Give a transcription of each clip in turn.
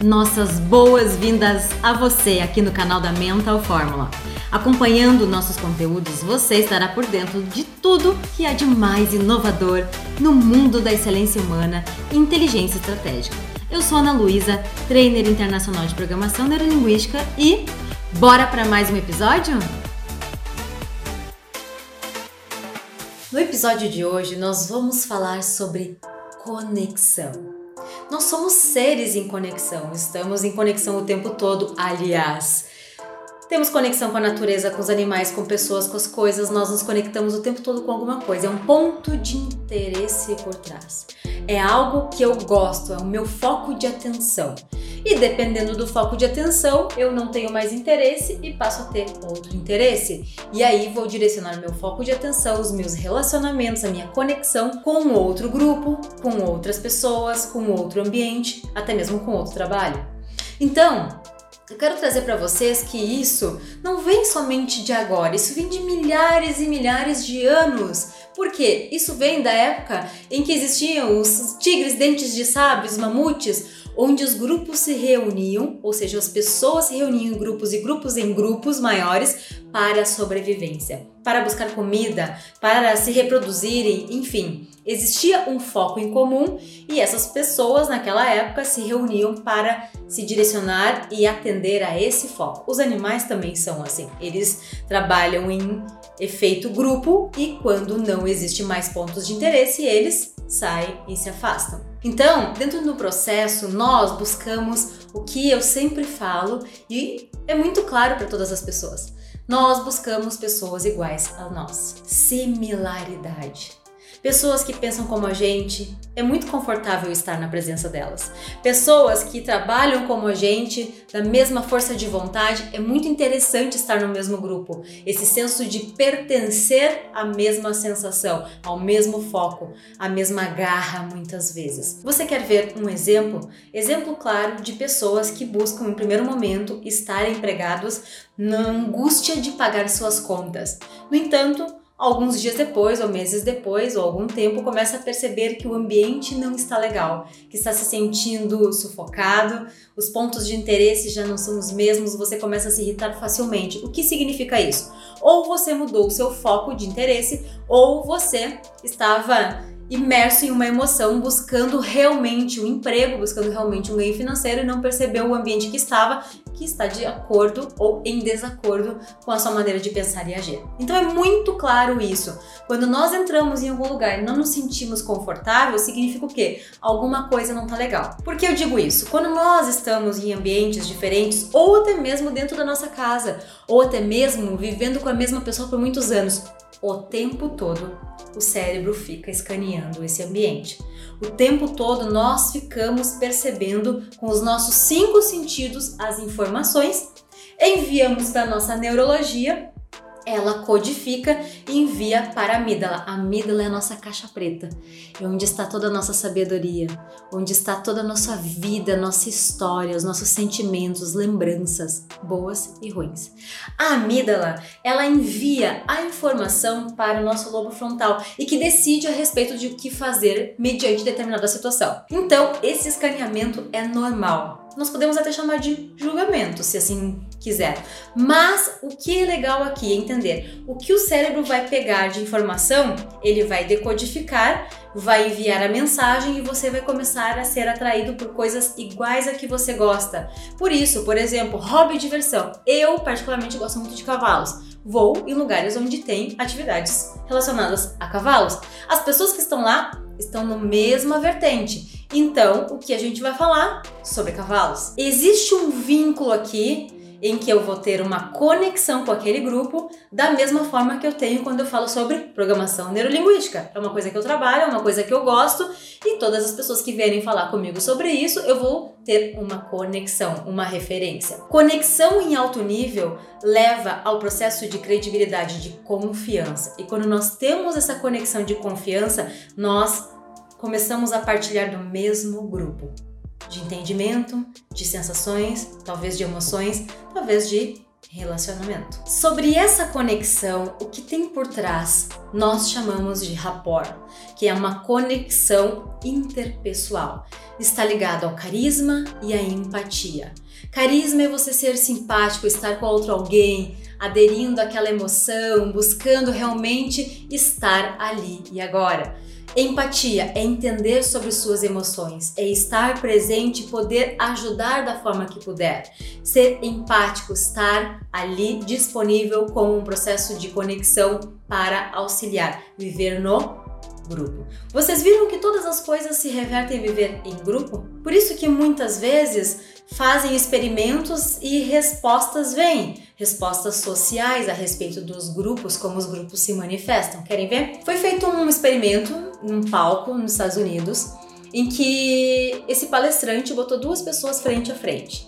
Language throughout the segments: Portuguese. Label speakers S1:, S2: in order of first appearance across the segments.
S1: Nossas boas-vindas a você aqui no canal da Mental Fórmula. Acompanhando nossos conteúdos, você estará por dentro de tudo que há de mais inovador no mundo da excelência humana e inteligência estratégica. Eu sou Ana Luísa, trainer internacional de programação neurolinguística e bora para mais um episódio? No episódio de hoje, nós vamos falar sobre conexão. Nós somos seres em conexão, estamos em conexão o tempo todo, aliás. Temos conexão com a natureza, com os animais, com pessoas, com as coisas, nós nos conectamos o tempo todo com alguma coisa, é um ponto de interesse por trás. É algo que eu gosto, é o meu foco de atenção. E dependendo do foco de atenção, eu não tenho mais interesse e passo a ter outro interesse. E aí vou direcionar meu foco de atenção, os meus relacionamentos, a minha conexão com outro grupo, com outras pessoas, com outro ambiente, até mesmo com outro trabalho. Então, eu quero trazer para vocês que isso não vem somente de agora, isso vem de milhares e milhares de anos. Por quê? Isso vem da época em que existiam os tigres dentes de sabre, os mamutes, onde os grupos se reuniam, ou seja, as pessoas se reuniam em grupos e grupos em grupos maiores para a sobrevivência, para buscar comida, para se reproduzirem, enfim. Existia um foco em comum e essas pessoas naquela época se reuniam para se direcionar e atender a esse foco. Os animais também são assim, eles trabalham em efeito grupo e quando não existe mais pontos de interesse, eles saem e se afastam. Então, dentro do processo, nós buscamos o que eu sempre falo e é muito claro para todas as pessoas. Nós buscamos pessoas iguais a nós. Similaridade. Pessoas que pensam como a gente, é muito confortável estar na presença delas. Pessoas que trabalham como a gente, da mesma força de vontade, é muito interessante estar no mesmo grupo. Esse senso de pertencer à mesma sensação, ao mesmo foco, à mesma garra muitas vezes. Você quer ver um exemplo? Exemplo claro de pessoas que buscam em primeiro momento estar empregados na angústia de pagar suas contas. No entanto, alguns dias depois, ou meses depois, ou algum tempo, começa a perceber que o ambiente não está legal, que está se sentindo sufocado, os pontos de interesse já não são os mesmos, você começa a se irritar facilmente. O que significa isso? Ou você mudou o seu foco de interesse, ou você estava imerso em uma emoção, buscando realmente um emprego, buscando realmente um ganho financeiro e não percebeu o ambiente que está de acordo ou em desacordo com a sua maneira de pensar e agir. Então é muito claro isso. Quando nós entramos em algum lugar e não nos sentimos confortáveis, significa o quê? Alguma coisa não está legal. Por que eu digo isso? Quando nós estamos em ambientes diferentes ou até mesmo dentro da nossa casa ou até mesmo vivendo com a mesma pessoa por muitos anos, o tempo todo o cérebro fica escaneando esse ambiente. O tempo todo nós ficamos percebendo com os nossos 5 sentidos as informações, enviamos para a nossa neurologia, ela codifica e envia para a amígdala. A amígdala é a nossa caixa preta, é onde está toda a nossa sabedoria, onde está toda a nossa vida, nossa história, os nossos sentimentos, lembranças, boas e ruins. A amígdala, ela envia a informação para o nosso lobo frontal e que decide a respeito de o que fazer mediante determinada situação. Então, esse escaneamento é normal. Nós podemos até chamar de julgamento, se assim quiser. Mas o que é legal aqui é entender o que o cérebro vai pegar de informação, ele vai decodificar, vai enviar a mensagem e você vai começar a ser atraído por coisas iguais a que você gosta. Por isso, por exemplo, hobby e diversão. Eu particularmente gosto muito de cavalos. Vou em lugares onde tem atividades relacionadas a cavalos. As pessoas que estão lá estão na mesma vertente. Então, o que a gente vai falar sobre cavalos? Existe um vínculo aqui em que eu vou ter uma conexão com aquele grupo da mesma forma que eu tenho quando eu falo sobre programação neurolinguística. É uma coisa que eu trabalho, é uma coisa que eu gosto e todas as pessoas que vierem falar comigo sobre isso, eu vou ter uma conexão, uma referência. Conexão em alto nível leva ao processo de credibilidade, de confiança. E quando nós temos essa conexão de confiança, nós começamos a partilhar do mesmo grupo. De entendimento, de sensações, talvez de emoções, talvez de relacionamento. Sobre essa conexão, o que tem por trás, nós chamamos de rapport, que é uma conexão interpessoal. Está ligado ao carisma e à empatia. Carisma é você ser simpático, estar com outro alguém, aderindo àquela emoção, buscando realmente estar ali e agora. Empatia é entender sobre suas emoções, é estar presente e poder ajudar da forma que puder. Ser empático, estar ali disponível como um processo de conexão para auxiliar, viver no grupo. Vocês viram que todas as coisas se revertem em viver em grupo? Por isso que muitas vezes fazem experimentos e respostas vêm. Respostas sociais a respeito dos grupos, como os grupos se manifestam. Querem ver? Foi feito um experimento num palco nos Estados Unidos, em que esse palestrante botou 2 pessoas frente a frente.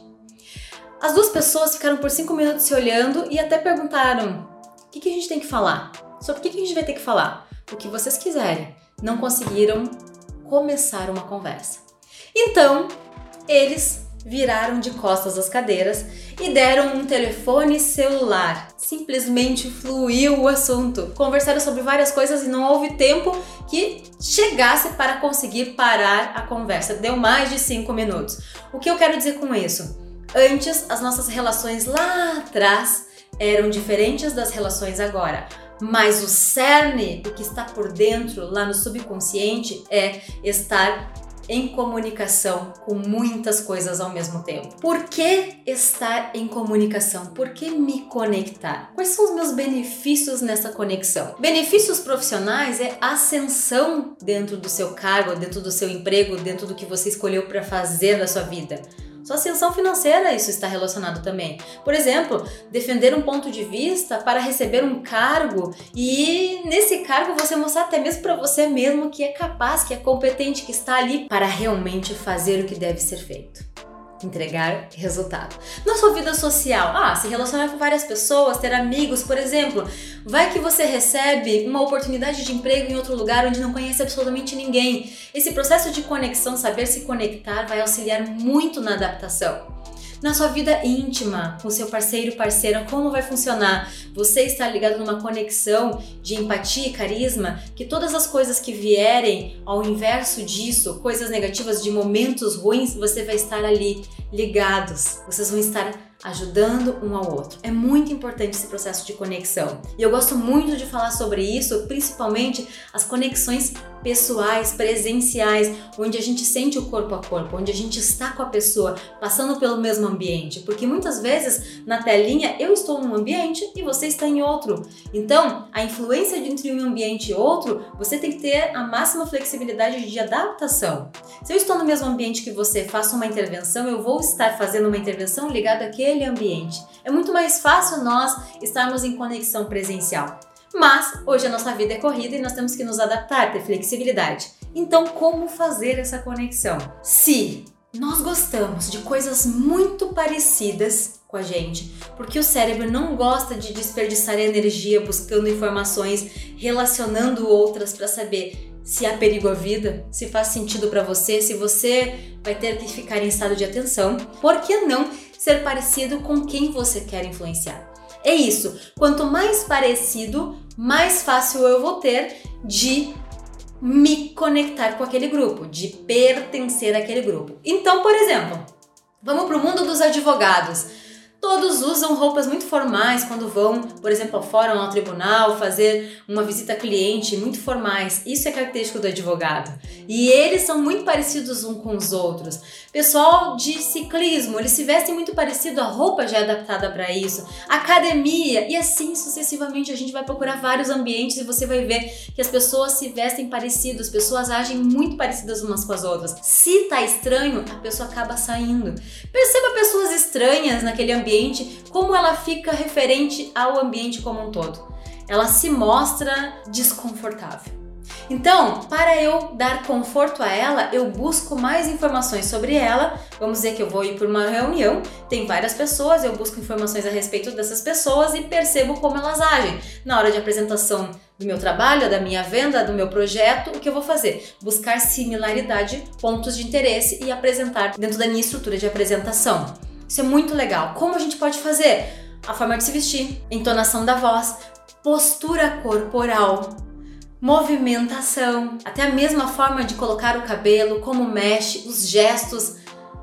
S1: As 2 pessoas ficaram por 5 minutos se olhando e até perguntaram: o que a gente tem que falar? Sobre o que a gente vai ter que falar? O que vocês quiserem. Não conseguiram começar uma conversa. Então, eles viraram de costas as cadeiras e deram um telefone celular. Simplesmente fluiu o assunto. Conversaram sobre várias coisas e não houve tempo que chegasse para conseguir parar a conversa. Deu mais de 5 minutos. O que eu quero dizer com isso? Antes, as nossas relações lá atrás eram diferentes das relações agora. Mas o cerne, o que está por dentro, lá no subconsciente, é estar em comunicação com muitas coisas ao mesmo tempo. Por que estar em comunicação? Por que me conectar? Quais são os meus benefícios nessa conexão? Benefícios profissionais é ascensão dentro do seu cargo, dentro do seu emprego, dentro do que você escolheu para fazer na sua vida. Sua ascensão financeira, isso está relacionado também. Por exemplo, defender um ponto de vista para receber um cargo e nesse cargo você mostrar até mesmo para você mesmo que é capaz, que é competente, que está ali para realmente fazer o que deve ser feito. Entregar resultado. Na sua vida social, se relacionar com várias pessoas, ter amigos, por exemplo, vai que você recebe uma oportunidade de emprego em outro lugar onde não conhece absolutamente ninguém. Esse processo de conexão, saber se conectar, vai auxiliar muito na adaptação. Na sua vida íntima, com seu parceiro, parceira, como vai funcionar? Você está ligado numa conexão de empatia e carisma, que todas as coisas que vierem ao inverso disso, coisas negativas de momentos ruins, você vai estar ali ligados. Vocês vão estar ajudando um ao outro. É muito importante esse processo de conexão. E eu gosto muito de falar sobre isso, principalmente as conexões pessoais, presenciais, onde a gente sente o corpo a corpo, onde a gente está com a pessoa, passando pelo mesmo ambiente. Porque muitas vezes, na telinha, eu estou num ambiente e você está em outro. Então, a influência entre um ambiente e outro, você tem que ter a máxima flexibilidade de adaptação. Se eu estou no mesmo ambiente que você, faço uma intervenção, eu vou estar fazendo uma intervenção ligada àquele ambiente. É muito mais fácil nós estarmos em conexão presencial. Mas hoje a nossa vida é corrida e nós temos que nos adaptar, ter flexibilidade. Então, como fazer essa conexão? Se nós gostamos de coisas muito parecidas com a gente, porque o cérebro não gosta de desperdiçar energia buscando informações, relacionando outras para saber se há perigo à vida, se faz sentido para você, se você vai ter que ficar em estado de atenção, por que não ser parecido com quem você quer influenciar? É isso, quanto mais parecido, mais fácil eu vou ter de me conectar com aquele grupo, de pertencer àquele grupo. Então, por exemplo, vamos para o mundo dos advogados. Todos usam roupas muito formais quando vão, por exemplo, ao fórum, ao tribunal, fazer uma visita a cliente, muito formais. Isso é característico do advogado. E eles são muito parecidos uns com os outros. Pessoal de ciclismo, eles se vestem muito parecido, a roupa já é adaptada para isso. Academia, e assim sucessivamente a gente vai procurar vários ambientes e você vai ver que as pessoas se vestem parecido, as pessoas agem muito parecidas umas com as outras. Se tá estranho, a pessoa acaba saindo. Perceba pessoas estranhas naquele ambiente, como ela fica referente ao ambiente como um todo. Ela se mostra desconfortável. Então, para eu dar conforto a ela, eu busco mais informações sobre ela. Vamos dizer que eu vou ir para uma reunião, tem várias pessoas, eu busco informações a respeito dessas pessoas e percebo como elas agem. Na hora de apresentação do meu trabalho, da minha venda, do meu projeto, o que eu vou fazer? Buscar similaridade, pontos de interesse e apresentar dentro da minha estrutura de apresentação. Isso é muito legal. Como a gente pode fazer? a forma de se vestir, entonação da voz, postura corporal, movimentação, até a mesma forma de colocar o cabelo, como mexe, os gestos,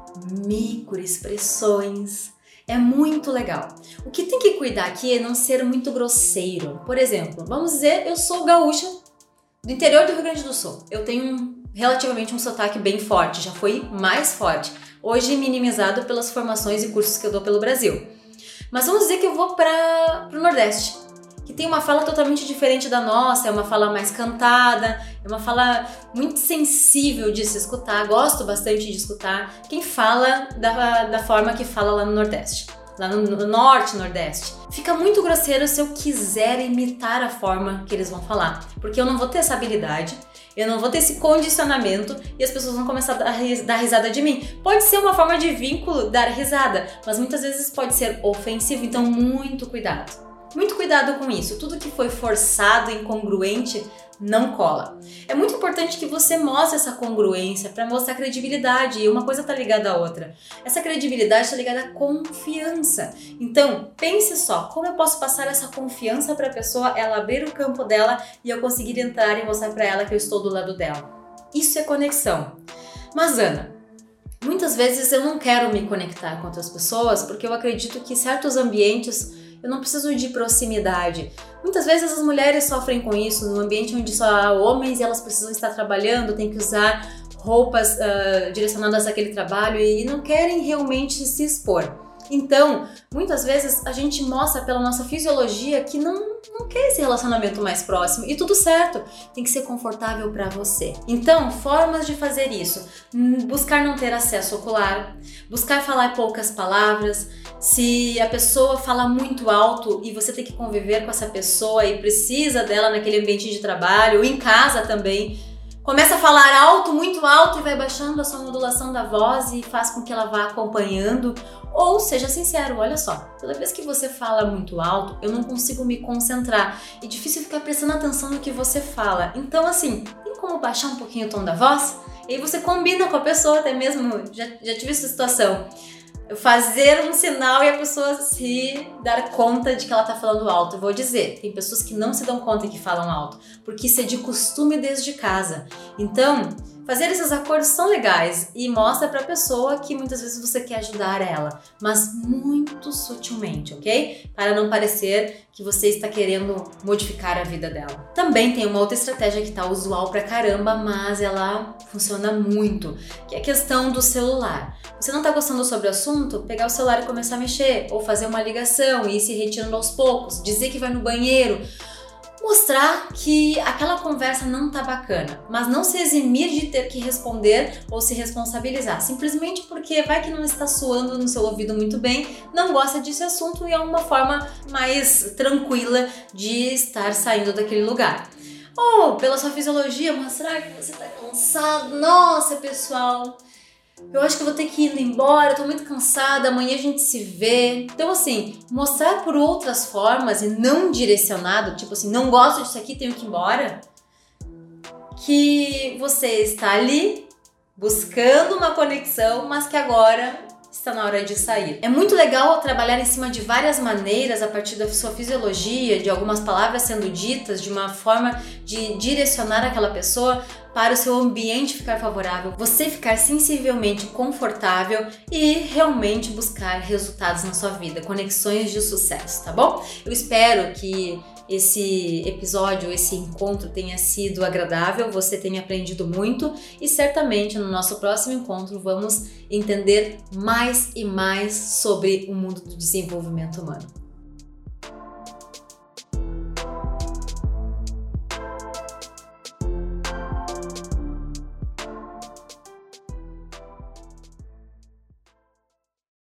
S1: microexpressões. É muito legal. O que tem que cuidar aqui é não ser muito grosseiro. Por exemplo, vamos dizer, eu sou gaúcha do interior do Rio Grande do Sul. Eu tenho relativamente um sotaque bem forte, já foi mais forte. Hoje minimizado pelas formações e cursos que eu dou pelo Brasil. Mas vamos dizer que eu vou para o Nordeste, que tem uma fala totalmente diferente da nossa, é uma fala mais cantada, é uma fala muito sensível de se escutar, gosto bastante de escutar quem fala da forma que fala lá no Nordeste, lá no Norte, Nordeste. Fica muito grosseiro se eu quiser imitar a forma que eles vão falar, porque eu não vou ter essa habilidade, eu não vou ter esse condicionamento e as pessoas vão começar a dar risada de mim. Pode ser uma forma de vínculo dar risada, mas muitas vezes pode ser ofensivo, então muito cuidado. Muito cuidado com isso, tudo que foi forçado, incongruente, não cola. É muito importante que você mostre essa congruência para mostrar credibilidade, e uma coisa tá ligada à outra. Essa credibilidade está ligada à confiança. Então, pense só, como eu posso passar essa confiança para a pessoa, ela abrir o campo dela e eu conseguir entrar e mostrar para ela que eu estou do lado dela. Isso é conexão. Mas Ana, muitas vezes eu não quero me conectar com outras pessoas porque eu acredito que certos ambientes eu não preciso de proximidade. Muitas vezes as mulheres sofrem com isso, num ambiente onde só há homens e elas precisam estar trabalhando, têm que usar roupas direcionadas àquele trabalho e não querem realmente se expor. Então, muitas vezes a gente mostra pela nossa fisiologia que não quer esse relacionamento mais próximo e tudo certo, tem que ser confortável para você. Então, formas de fazer isso: buscar não ter acesso ocular, buscar falar poucas palavras. Se a pessoa fala muito alto e você tem que conviver com essa pessoa e precisa dela naquele ambiente de trabalho ou em casa também, começa a falar alto, muito alto e vai baixando a sua modulação da voz e faz com que ela vá acompanhando. Ou seja sincero, olha só, toda vez que você fala muito alto, eu não consigo me concentrar. É difícil ficar prestando atenção no que você fala. Então assim, tem como baixar um pouquinho o tom da voz? E aí você combina com a pessoa, até mesmo, já tive essa situação. Fazer um sinal e a pessoa se dar conta de que ela tá falando alto. Eu vou dizer, tem pessoas que não se dão conta que falam alto, porque isso é de costume desde casa. Então, fazer esses acordos são legais e mostra pra pessoa que muitas vezes você quer ajudar ela, mas muito sutilmente, ok? Para não parecer que você está querendo modificar a vida dela. Também tem uma outra estratégia que tá usual pra caramba, mas ela funciona muito, que é a questão do celular. Você não tá gostando sobre o assunto? Pegar o celular e começar a mexer, ou fazer uma ligação e ir se retirando aos poucos, dizer que vai no banheiro, mostrar que aquela conversa não tá bacana, mas não se eximir de ter que responder ou se responsabilizar, simplesmente porque vai que não está soando no seu ouvido muito bem, não gosta desse assunto e é uma forma mais tranquila de estar saindo daquele lugar. Ou pela sua fisiologia, mostrar que você tá cansado. Nossa, pessoal, eu acho que eu vou ter que ir embora, eu tô muito cansada, amanhã a gente se vê. Então assim, mostrar por outras formas e não direcionado, tipo assim, não gosto disso aqui, tenho que ir embora, que você está ali buscando uma conexão, mas que agora está na hora de sair. É muito legal trabalhar em cima de várias maneiras a partir da sua fisiologia, de algumas palavras sendo ditas, de uma forma de direcionar aquela pessoa para o seu ambiente ficar favorável, você ficar sensivelmente confortável e realmente buscar resultados na sua vida, conexões de sucesso, tá bom? Eu espero que esse episódio, esse encontro tenha sido agradável, você tenha aprendido muito e certamente no nosso próximo encontro vamos entender mais e mais sobre o mundo do desenvolvimento humano.